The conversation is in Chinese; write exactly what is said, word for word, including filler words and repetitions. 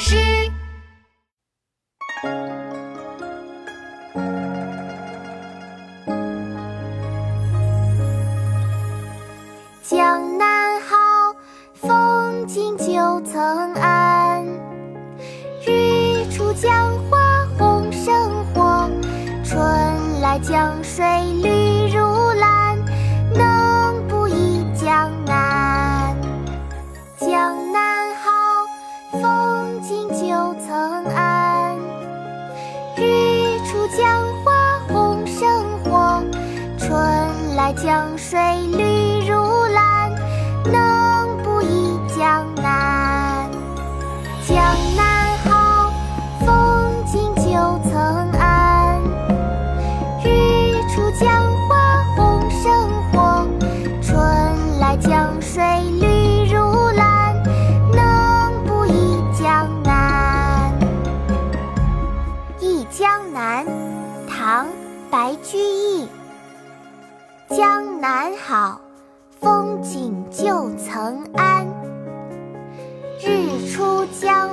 事。 江南好，风景旧曾谙。日出江花红胜火，春来江水绿如蓝。能不忆江南？江南好，风景旧曾谙。日出江花红胜火，春来江水绿如蓝。能不忆江南？江南好，风景旧曾谙。日出江花红胜火，春来江水绿如蓝。能不忆江南？忆江南，唐·白居易。江南好，风景旧曾谙。日出江